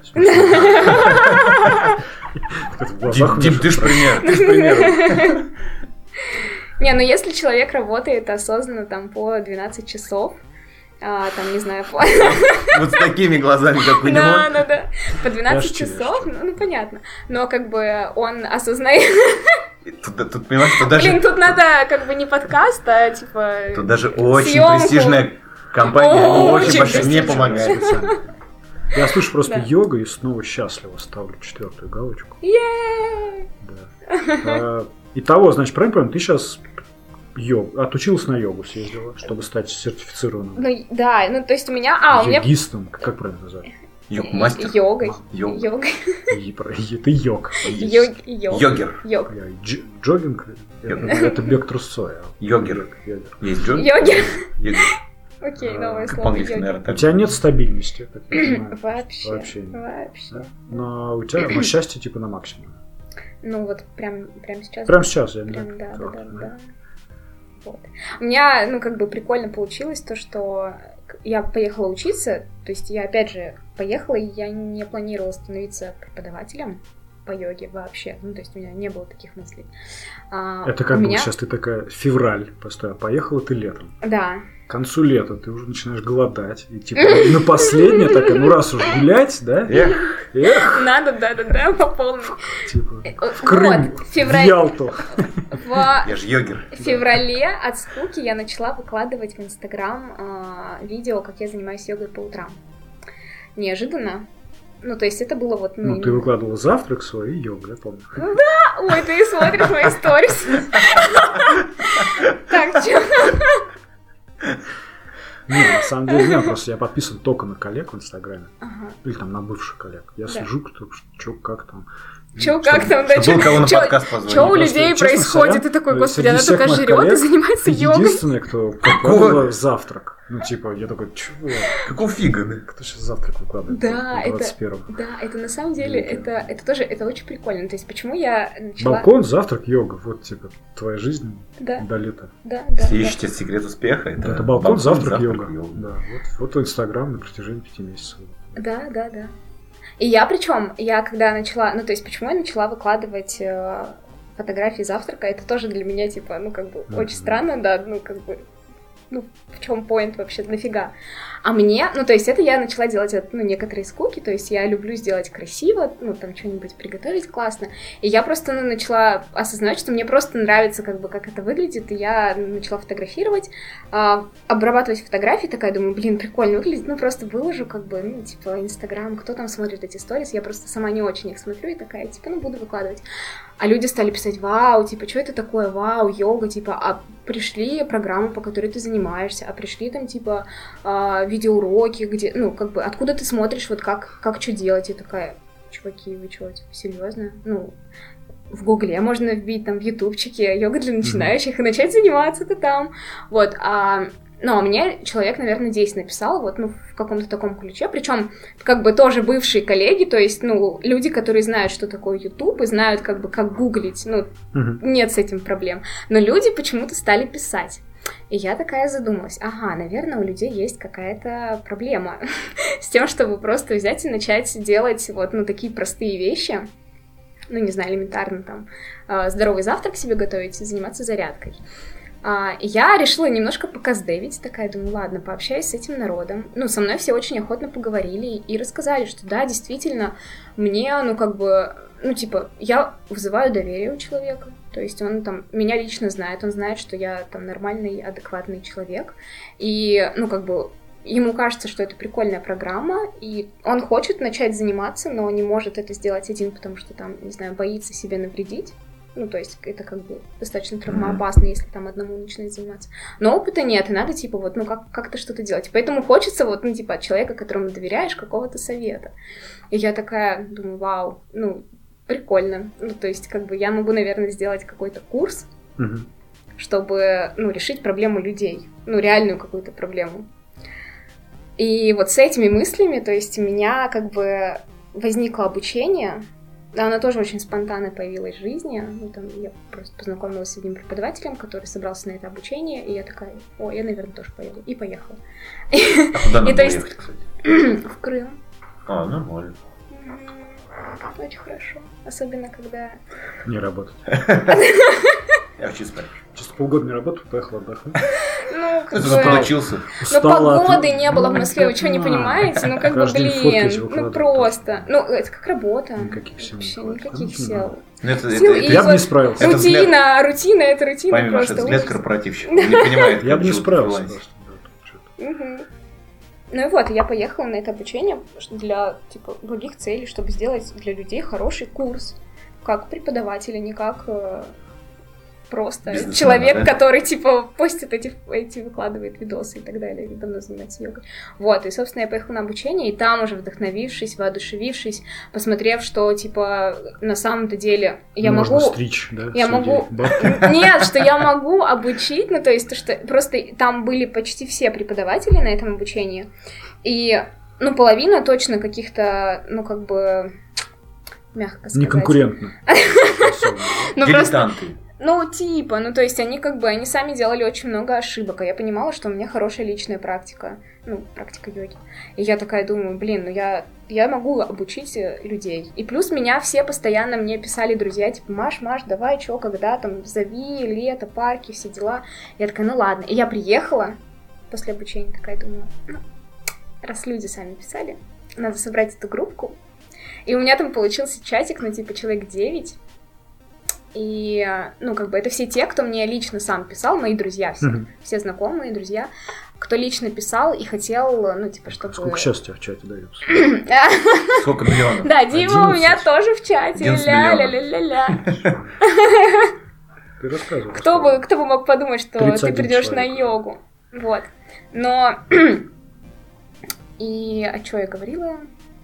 Дим, ты ж пример. Не, ну, если человек работает осознанно там по 12 часов, там, не знаю, по... Вот с такими глазами, как у него. Да. По 12 часов, ну, понятно. Но, как бы, он осознает... Тут, понимаешь, что даже... Блин, тут надо, как бы, не подкаст, а, типа... Тут даже очень престижная компания очень большая не помогает. Я слышу просто йога и снова счастливо ставлю 4-ю галочку. Да. Итого, значит, правильно понимаю, ты сейчас... отучилась на йогу, съездила, чтобы стать сертифицированным. Ну, да, ну, то есть у меня... Йогистом, как правильно назвать? Йог-мастер? Йогой. Ты йог. Йогер. Джогинг? Это бег трусцой. Йогер. Есть джогинг? Йогер. Окей, новое слово. По-английски, наверное. У тебя нет стабильности. Вообще. Но у тебя счастье типа на максимуме. Ну вот прям сейчас. Прям сейчас, я не знаю. Да. Вот. У меня, ну, как бы прикольно получилось то, что я поехала учиться, то есть я, опять же, поехала, и я не планировала становиться преподавателем по йоге вообще, ну, то есть у меня не было таких мыслей. Это как бы сейчас ты такая, февраль, поехала ты летом. Да. К концу лета ты уже начинаешь голодать, и типа на последнее такая, ну раз уж гулять, да? Эх. Надо, да, по полной. Типа в Крым, в Ялту. Я же йогер. В феврале от скуки я начала выкладывать в Инстаграм видео, как я занимаюсь йогой по утрам. Неожиданно. Ну, то есть это было вот... Ну, ты выкладывала завтрак свой и йогу, я помню. Да! Ой, ты смотришь мои сторис. Так, чё? Не, на самом деле, нет, просто я подписан только на коллег в Инстаграме. Или там на бывших коллег. Я слежу, кто, как там. Был кого на подкаст позвонить. Что у людей происходит? Ты такой, господи, она только жрет и занимается йогой. Единственное, кто выкладывал завтрак. Ну, типа, я такой, чего? Какого фига? Кто сейчас завтрак выкладывает? Да, это на самом деле, это тоже, это очень прикольно. То есть, почему я начала... Балкон, завтрак, йога. Вот, типа, твоя жизнь до лета. Да. Если ищете секрет успеха, это балкон, завтрак, йога. Да, вот Инстаграм на протяжении 5 месяцев. Да. И я когда начала, ну, то есть, почему я начала выкладывать фотографии завтрака, это тоже для меня, типа, ну, как бы, очень странно, да, ну, как бы, ну, в чем поинт вообще, нафига? А мне, ну, то есть, это я начала делать, ну, некоторые скуки, то есть, я люблю сделать красиво, ну, там, что-нибудь приготовить классно, и я просто, ну, начала осознавать, что мне просто нравится, как бы, как это выглядит, и я начала фотографировать, обрабатывать фотографии, такая, думаю, блин, прикольно выглядит, ну, просто выложу, как бы, ну, типа, Инстаграм, кто там смотрит эти сторис, я просто сама не очень их смотрю, и такая, типа, ну, буду выкладывать. А люди стали писать, вау, типа, что это такое, вау, йога, типа, а пришли программы, по которой ты занимаешься, а пришли там, типа, видеоуроки, где, ну, как бы, откуда ты смотришь, вот как что делать, и такая, чуваки, вы что, типа, серьезно? Ну, в Гугле можно вбить, там, в ютубчике, йога для начинающих, и начать заниматься-то там, вот, Ну, а мне человек, наверное, 10 написал, вот, ну, в каком-то таком ключе, причем как бы тоже бывшие коллеги, то есть, ну, люди, которые знают, что такое YouTube, и знают, как бы, как гуглить, ну, нет с этим проблем, но люди почему-то стали писать. И я такая задумалась, ага, наверное, у людей есть какая-то проблема с тем, чтобы просто взять и начать делать вот, ну, такие простые вещи, ну, не знаю, элементарно там, здоровый завтрак себе готовить и заниматься зарядкой. Я решила немножко показдевить, такая, думаю, ладно, пообщаюсь с этим народом. Ну, со мной все очень охотно поговорили и рассказали, что да, действительно, мне, ну, как бы, ну, типа, я вызываю доверие у человека, то есть он там меня лично знает, он знает, что я там нормальный, адекватный человек, и, ну, как бы, ему кажется, что это прикольная программа, и он хочет начать заниматься, но не может это сделать один, потому что там, не знаю, боится себе навредить. Ну, то есть это как бы достаточно травмоопасно, если там одному начинать заниматься. Но опыта нет, и надо, типа, вот, ну, как-то что-то делать. Поэтому хочется, вот, ну, типа, от человека, которому доверяешь, какого-то совета. И я такая думаю, вау, ну, прикольно. Ну, то есть, как бы, я могу, наверное, сделать какой-то курс, чтобы, ну, решить проблему людей. Ну, реальную какую-то проблему. И вот с этими мыслями, то есть, у меня, как бы, возникло обучение. Да, она тоже очень спонтанно появилась в жизни. Ну, там, я просто познакомилась с одним преподавателем, который собрался на это обучение, и я такая, о, я, наверное, тоже поеду. И поехала. А куда надо поехать, кстати? В Крым. А, нормально. Очень хорошо. Особенно, когда... Не работать. Я очень спрашиваю. Чисто полгода не работал, поехал отдохнуть. Ну, как бы... Получился. Ну, погоды не было в Москве, вы что, не понимаете? Ну, как бы, блин, ну, просто. Ну, это как работа. Никаких сил. Вообще, никаких сил. Я бы не справился. Рутина, это рутина просто. просто. Это взгляд корпоративщика. Не понимает, я бы не справился. Ну и вот, я поехала на это обучение для, типа, других целей, чтобы сделать для людей хороший курс. Как преподавателя, не как... Просто человек, да? Который, типа, постит эти выкладывает видосы и так далее, и давно занимается йогой. Вот, и, собственно, я поехала на обучение, и там уже вдохновившись, воодушевившись, посмотрев, что, типа, на самом-то деле я можно могу... стричь, да? Я могу... Нет, что я могу обучить, ну, то есть, то, что просто там были почти все преподаватели на этом обучении, и, ну, половина точно каких-то, ну, как бы, мягко сказать... Неконкурентно. Дилетанты. Ну, типа, ну, то есть они как бы, они сами делали очень много ошибок, а я понимала, что у меня хорошая личная практика, ну, практика йоги. И я такая думаю, блин, ну я могу обучить людей. И плюс меня все постоянно мне писали друзья, типа, Маш, давай, чё, когда там, зови, лето, парки, все дела. Я такая, ну ладно. И я приехала после обучения, такая думаю, ну, раз люди сами писали, надо собрать эту группку. И у меня там получился чатик, ну, типа, человек 9. И, ну, как бы, это все те, кто мне лично сам писал, мои друзья все, все знакомые, друзья, кто лично писал и хотел, ну, типа, чтобы... Сколько сейчас у тебя в чате дается? Сколько миллионов? Да, Дима у меня тоже в чате, ля-ля-ля-ля-ля. Ты рассказывай. Кто бы мог подумать, что ты придешь на йогу, вот. Но... И о чем я говорила?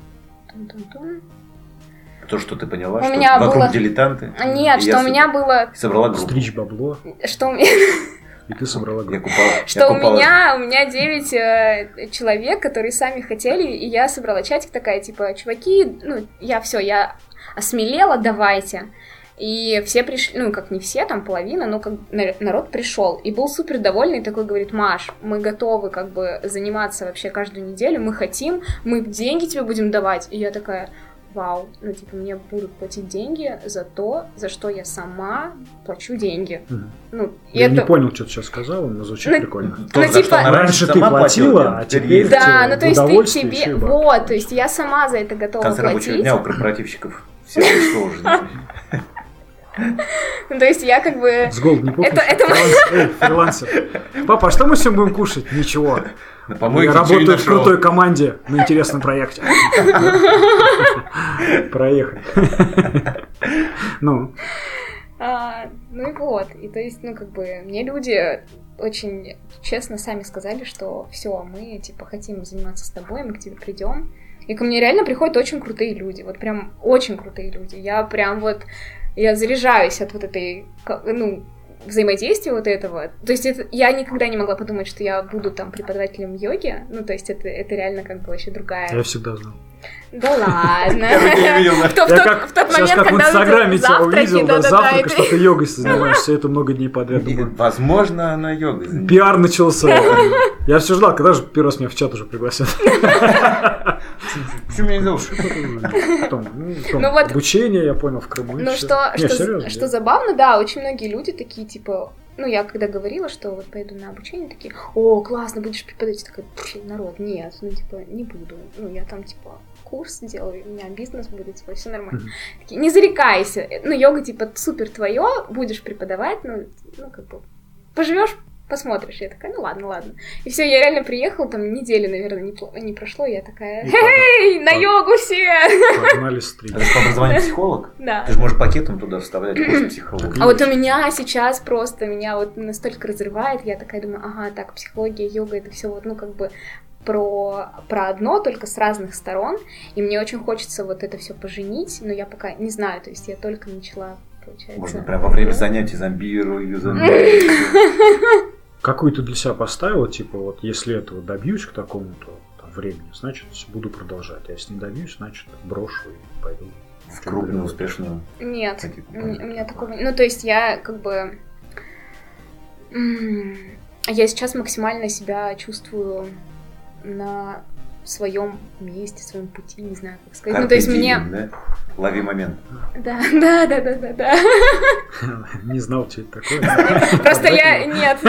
То, что ты поняла, что вокруг было... дилетанты. Нет, что у меня было... Собрала группу. Стричь бабло. Что у меня... И ты собрала группу. Что у меня 9 человек, которые сами хотели, и я собрала чатик такая, типа, чуваки, ну, я осмелела, давайте. И все пришли, ну, как не все, там половина, но как народ пришел. И был супер довольный, такой говорит, Маш, мы готовы как бы заниматься вообще каждую неделю, мы хотим, мы деньги тебе будем давать. И я такая... Вау, ну, типа, мне будут платить деньги за то, за что я сама плачу деньги. Ну, я это... не понял, что ты сейчас сказала, но звучит прикольно. Ну, типа... Раньше ты платила, а теперь да, ну, то есть ты тебе... Вот, то есть я сама за это готова платить. В конце рабочего дня у корпоративщиков все сложно. Ну, то есть я как бы... С голоду не пухнешь? Фрилансер. Папа, а что мы сегодня будем кушать? Ничего. Я работаю в крутой команде на интересном проекте. Проехать. Ну. Ну и вот. И то есть, ну, как бы, мне люди очень честно сами сказали, что все, мы, типа, хотим заниматься с тобой, мы к тебе придем. И ко мне реально приходят очень крутые люди. Вот прям очень крутые люди. Я прям вот... Я заряжаюсь от вот этой, ну, взаимодействие вот этого. То есть я никогда не могла подумать, что я буду там преподавателем йоги. Ну, то есть это реально как бы вообще другая... Я всегда знал. Да ладно. В тот момент, когда в Инстаграме тебя увидел, завтрак, что ты йогой занимаешься, это много дней подряд. Возможно, она йогой занимается. Пиар начался. Я все ждал, когда же первый раз меня в чат уже пригласят. Почему меня не зовут? Потом обучение, я понял, в Крыму. Ну что забавно, да, очень многие люди такие, типа... Ну, я когда говорила, что вот пойду на обучение, такие, о, классно, будешь преподавать. Такая, народ, нет, ну, типа, не буду. Ну, я там, типа, курс делаю, у меня бизнес будет, типа, все нормально. Такие, не зарекайся. Ну, йога, типа, супер твое, будешь преподавать, ну, как бы, поживешь, посмотришь. Я такая, ну, ладно. И все, я реально приехала, там, недели, наверное, не прошло, я такая, эй, на йогу все! Погнали стрим. Ты по образованию психолог? Да. Ты же можешь пакетом туда вставлять курс психологии. А вот у меня сейчас просто, меня вот настолько разрывает, я такая думаю, ага, так, психология, йога, это все вот, ну, как бы про одно, только с разных сторон, и мне очень хочется вот это все поженить, но я пока не знаю, то есть я только начала, получается... Можно прям во время занятий зомбирую. Какую ты для себя поставила, типа, вот если этого добьюсь к такому-то там времени, значит, буду продолжать, а если не добьюсь, значит, брошу и пойду в крупную, успешную. Нет, у меня такого... Ну, то есть я как бы... Я сейчас максимально себя чувствую на своем месте, своем пути, не знаю, как сказать. Ну, то есть мне... Да? Лови момент. Да. Не знал, что это такое. Просто я... Нет,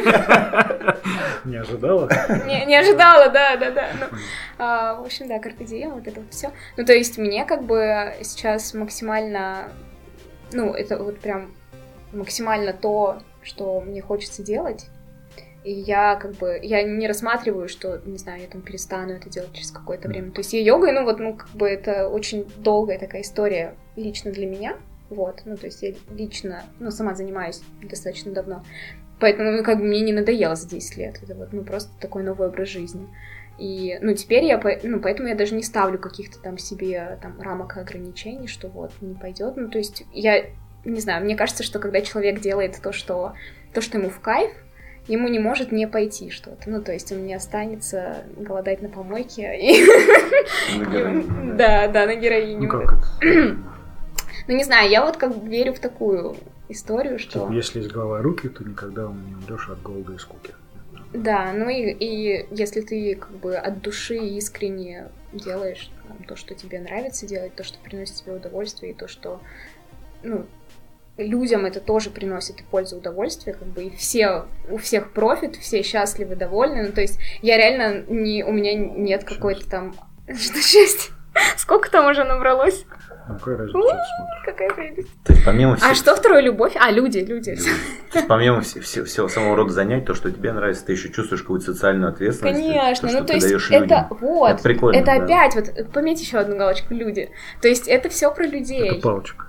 не ожидала? Не ожидала, да. В общем, да, Carpe Diem, вот это вот все. Ну, то есть мне как бы сейчас максимально... Ну, это вот прям максимально то, что мне хочется делать. И я как бы, я не рассматриваю, что, не знаю, я там перестану это делать через какое-то время. То есть и йогой, ну вот, ну как бы это очень долгая такая история лично для меня. Вот, ну то есть я лично, ну сама занимаюсь достаточно давно. Поэтому, ну как бы мне не надоело за 10 лет. Это вот, ну просто такой новый образ жизни. И, ну теперь я, ну поэтому я даже не ставлю каких-то там себе там рамок и ограничений, что вот не пойдет. Ну то есть я, не знаю, мне кажется, что когда человек делает то, что ему в кайф, ему не может не пойти что-то. Ну, то есть он не останется голодать на помойке. Да, на героине. Ну, как это? Ну, не знаю, я вот как верю в такую историю, что... Если есть голова и руки, то никогда не умрешь от голода и скуки. Да, ну и если ты как бы от души искренне делаешь то, что тебе нравится делать, то, что приносит тебе удовольствие, и то, что, ну, людям это тоже приносит и пользу, удовольствие, как бы, и у всех профит, все счастливы, довольны, ну, то есть я реально, у меня нет какой-то там, что, 6? Сколько там уже набралось? Какая разница? Какая прелесть. То есть помимо всего... А что второе, любовь? Люди. То есть помимо всего самого рода занятий, то, что тебе нравится, ты еще чувствуешь какую-то социальную ответственность. Конечно, то, ну то есть это вот, это прикольно, это да. опять, вот, пометь еще одну галочку, люди. То есть это все про людей. Это палочка.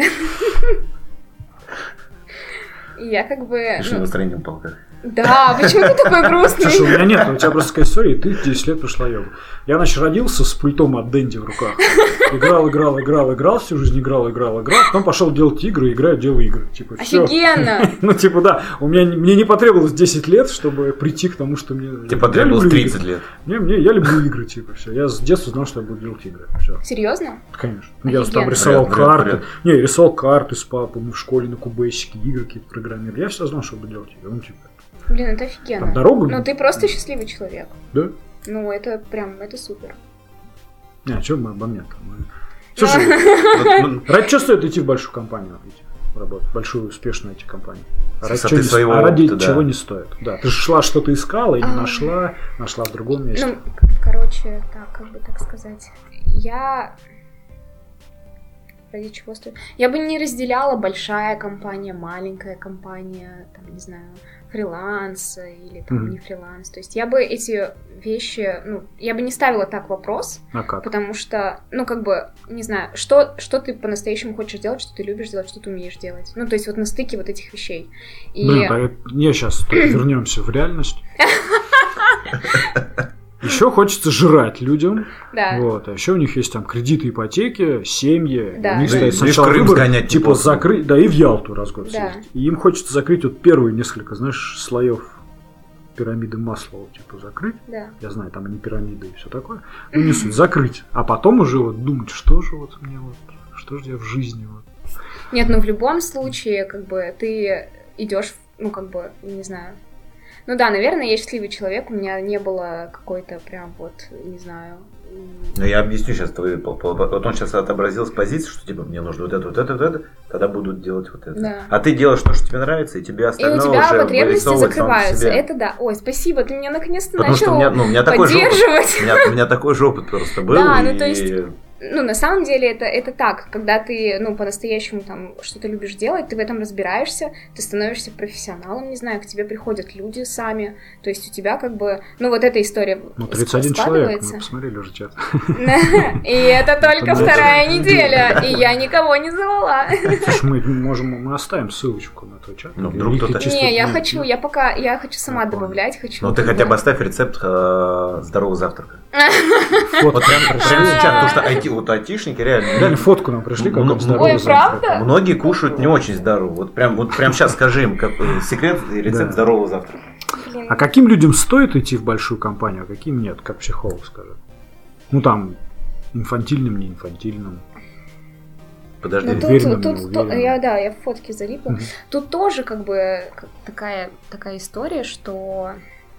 И я как бы... Решил настроение упало как. Да, почему ты такой грустный? Слушай, у меня нет, у тебя просто такая история, и ты 10 лет прошла йогу. Я, значит, родился с пультом от Дэнди в руках. Играл, всю жизнь играл. Потом пошел делать игры, делаю игры. Типа, офигенно! Ну, типа, да, мне не потребовалось 10 лет, чтобы прийти к тому, что мне... Тебе потребовалось 30 лет. Я люблю игры, типа, все. Я с детства знал, что я буду делать игры. Все. Серьезно? Конечно. Я там рисовал карты. Не, я рисовал карты с папой, мы в школе на кубейщике игры какие-то программировали. Я всегда знал, что буду делать игры. Ну, типа... Блин, это офигенно. Там дорога. Ну, ты просто счастливый человек. Да? Ну, это прям, это супер. А что мы обо мне-то? Слушай, ради чего стоит идти в большую компанию? Работать, большую, успешную IT-компанию. Ради чего не стоит? Да, ты же шла, что-то искала и не нашла в другом месте. Ну, короче, так, как бы так сказать. Ради чего стоит? Я бы не разделяла большая компания, маленькая компания, там, не знаю, фриланс или там не фриланс. То есть я бы эти вещи, ну, я бы не ставила так вопрос. А как? Потому что, ну, как бы, не знаю, что ты по-настоящему хочешь делать, что ты любишь делать, что ты умеешь делать. Ну, то есть вот на стыке вот этих вещей. Блин, сейчас вернемся в реальность. Еще хочется жрать людям. Да. Вот. А еще у них есть там кредиты, ипотеки, семьи. Да. У них Да, стоит и сначала в Крым выбор, сгонять типа неплохо. закрыть, да, и в Ялту раз в год Да. съездить. И им хочется закрыть вот первые несколько, знаешь, слоев пирамиды Маслоу, типа закрыть. Да. Я знаю, там они пирамиды и все такое. Ну, не суть, закрыть. А потом уже вот думать, что же вот мне вот, что же я в жизни вот. Нет, ну в любом случае, как бы, ты идешь, ну, как бы, не знаю. Ну да, наверное, я счастливый человек, у меня не было какой-то прям вот, не знаю... Ну, я объясню сейчас твои... Вот он сейчас отобразил с позиции, что типа мне нужно вот это, тогда будут делать вот это. Да. А ты делаешь то, что тебе нравится, и тебе И остальное у тебя уже потребности вырисовывается само по закрываются. себе. Это да. Ой, спасибо, ты меня наконец-то Потому что начал у меня такой же опыт. поддерживать. У меня такой же опыт просто был. Да, ну и- то есть, ну на самом деле это так, когда ты, ну по-настоящему там что-то любишь делать, ты в этом разбираешься, ты становишься профессионалом, не знаю, к тебе приходят люди сами, то есть у тебя как бы, ну вот эта история Ну, 31 человек, складывается. мы посмотрели уже чат. И это только Это вторая надо. неделя, и я никого не звала. Слушай, мы оставим ссылочку на твой чат. Ну, вдруг Или кто-то- чисто- Не, я ну, хочу, я хочу сама Я понял. добавлять, хочу. Ну ты хотя бы оставь рецепт здорового завтрака. фотку Вот прям нам пришли. сейчас, потому что вот айтишники Реально реально... фотку нам пришли, как Ну, он здоровый Ой, завтрак. правда? Многие кушают не очень здорово. Вот прям сейчас скажи им как секрет и рецепт Да. здорового завтрака. Блин. А каким людям стоит идти в большую компанию, а каким нет, как психолог скажет? Ну там, инфантильным, не инфантильным. Подожди. Ну, Уверенным, тут, неуверенным. я в фотке залипла. Мгм. Тут тоже как бы такая история, что...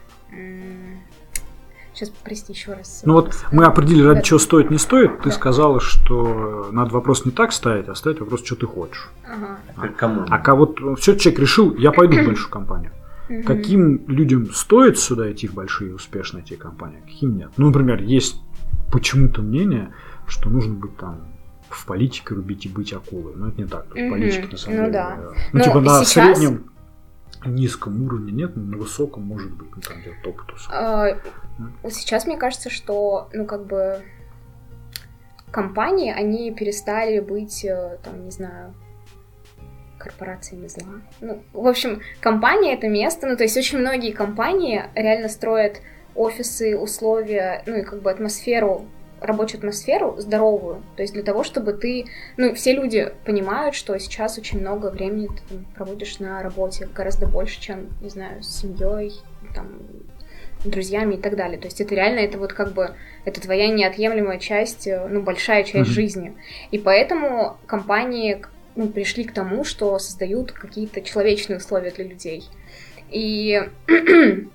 Сейчас, прости, еще раз. Ну вот мы определили, ради Да. чего стоит, не стоит. Ты Да. сказала, что надо вопрос не так ставить, а ставить вопрос, что ты хочешь. Ага. Кому? А вот все, человек решил, я пойду в большую компанию. Мгм. Каким людям стоит сюда идти в большие успешные эти компании, а каким нет? Ну, например, есть почему-то мнение, что нужно быть там в политике рубить и быть акулой. Но это не так. Мгм. Политики на самом Ну деле. да. Ну, Но типа на сейчас- среднем низком уровне нет, но на высоком может быть, ну там где-то топ тусов. Вот сейчас мне кажется, что, ну, как бы, компании, они перестали быть, там, не знаю, корпорациями зла. Ну, в общем, компания — это место, ну, то есть очень многие компании реально строят офисы, условия, ну, и как бы атмосферу, рабочую атмосферу здоровую, то есть для того, чтобы ты, ну, все люди понимают, что сейчас очень много времени ты там проводишь на работе, гораздо больше, чем, не знаю, с семьей, там, друзьями и так далее. То есть это реально, это вот как бы, это твоя неотъемлемая часть, ну, большая часть Мгм. жизни. И поэтому компании, ну, пришли к тому, что создают какие-то человечные условия для людей. И... К чему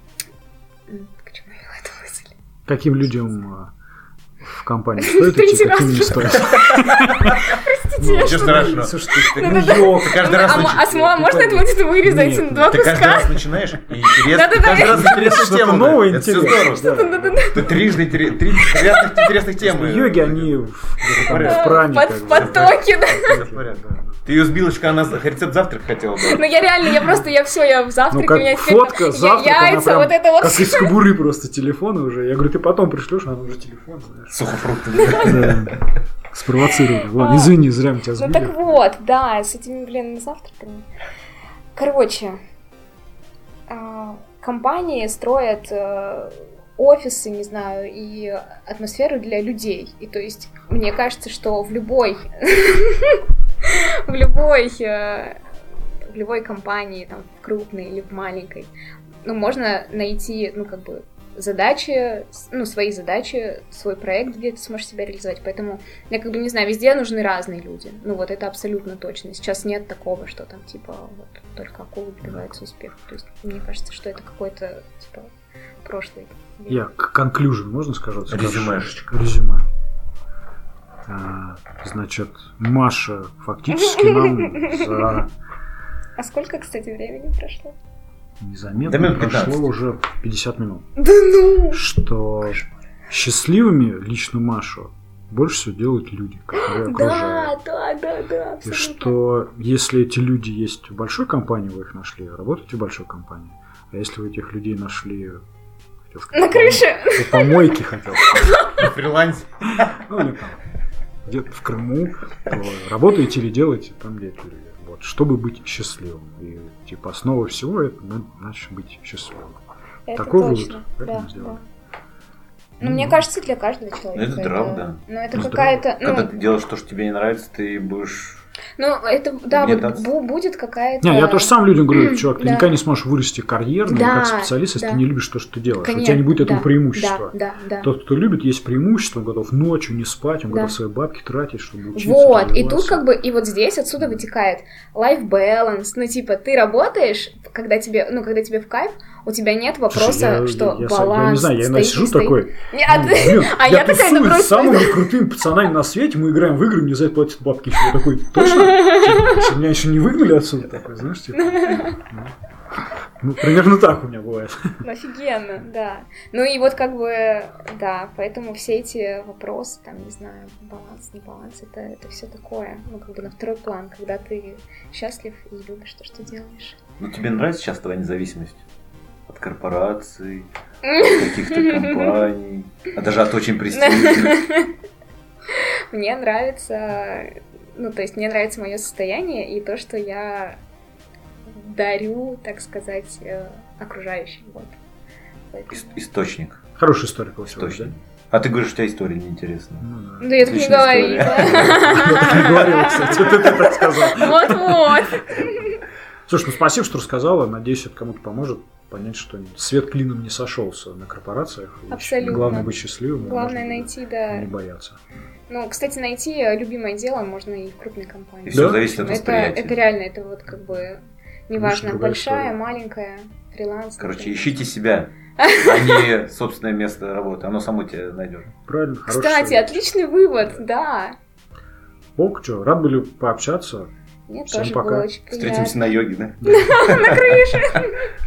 я вела эту мысль? Каким людям в компании стоит идти, Третий каким раз. не стоит? Ничего страшного. Слушай, Ты ёлка, каждый раз А Смола, можно это будет вырезать Нет, два Ты каждый куска? раз начинаешь, и интерес, Да-да-да. каждый раз интересная Что-то тема. новое, Это все интересное. здорово. Да. Ты трижды три интересных темы. Йоги, они в пране. Под как бы. потоке, да. Всё в порядке. Ты ее сбила, что она рецепт завтрака хотела. Ну я реально, я в Ну, завтраке, у как меня теперь фотка, там завтрак, она яйца, прям вот это вот. как из кобуры просто телефона уже. Я говорю, ты потом пришлешь, а она уже телефон, знаешь. Сухофрукты. Да. Спровоцировали. Ладно, извини, зря мы тебя Ну сбили. так вот, да, с этими, блин, завтраками. Короче, компании строят офисы, не знаю, и атмосферу для людей. И то есть, мне кажется, что в любой компании, там, в крупной или в маленькой, ну, можно найти, ну, как бы, задачи, ну, свои задачи, свой проект, где ты сможешь себя реализовать. Поэтому, я как бы не знаю, везде нужны разные люди. Ну, вот это абсолютно точно. Сейчас нет такого, что там, типа, вот, только акулы добиваются успеха. То есть, мне кажется, что это какой-то, типа, прошлый. Я conclusion, можно сказать? Резюмешечка. Резюме. Значит, Маша фактически нам за А сколько, кстати, времени прошло? незаметно Да минут прошло 15. уже 50 минут. Да ну! Что счастливыми лично Машу больше всего делают люди, которые окружают. Да, И абсолютно. что если эти люди есть в большой компании, вы их нашли, работайте в большой компании. А если вы этих людей нашли хотел сказать, На крыше! у помойки, хотел сказать, На фрилансе. ну или там где-то в Крыму, то работаете или делаете там, где эти люди. Вот, чтобы быть счастливым. И типа основа всего это, ну, значит, быть счастливым. Это Такой точно. вывод, правильно Да, сделали? да. Ну, мне кажется, для каждого человека. Ну, это драм, да. Ну, это какая-то... Когда ты делаешь то, что тебе не нравится, ты будешь... Ну, это, да, вот будет какая-то... Не, я тоже сам людям говорю, чувак, ты никогда не сможешь вырасти карьерно, Да, как специалист, если да. ты не любишь то, что ты делаешь. Конечно, У тебя не будет этого да, преимущества. Да. Тот, кто любит, есть преимущество, он готов ночью не спать, он Да. готов свои бабки тратить, чтобы учиться. Вот, и развиваться. тут как бы, и вот здесь отсюда вытекает life balance, ну, типа, ты работаешь, когда тебе в кайф, у тебя нет вопроса, Слушай, что я баланс не знаю, я иногда сижу стоит. такой, Нет, блин, а я такая, ну, тусую с просто... самыми крутыми пацанами на свете, мы играем в игры, мне за это платят бабки еще. Я такой, точно? Что, меня еще не выгнали отсюда? Такой, знаешь, типа... Ну, примерно так у меня бывает. Ну, офигенно, да. Ну и вот как бы, да, поэтому все эти вопросы, там, не знаю, баланс, не баланс, это все такое, ну, как бы на второй план, когда ты счастлив и любишь то, что делаешь. Ну, тебе нравится сейчас твоя независимость? От корпораций, от каких-то компаний, а даже от очень престижных? Мне нравится, ну, то есть мне нравится мое состояние и то, что я дарю, так сказать, окружающим. Вот. Источник. Хорошая история получилась, Источник. А ты говоришь, у тебя история неинтересная. да? Да я так не Отличная говорила. Я так не говорила, кстати, это ты так сказал. Вот-вот. Слушай, ну спасибо, что рассказала. Надеюсь, это кому-то поможет понять, что свет клином не сошелся на корпорациях. Абсолютно. Главное быть счастливым. Главное найти, да. Не бояться. Ну, кстати, найти любимое дело можно и в крупной компании. И все зависит от восприятия. Это реально, это вот как бы неважно, другая большая, история. маленькая, фриланс. Короче, например. ищите себя, а не собственное место работы. Оно само тебя найдет. Правильно, хороший Кстати, совет. отличный вывод, да. Ок, что, рад были пообщаться. Мне Всем тоже пока. было очень приятно. Встретимся на йоге, да? На крыше.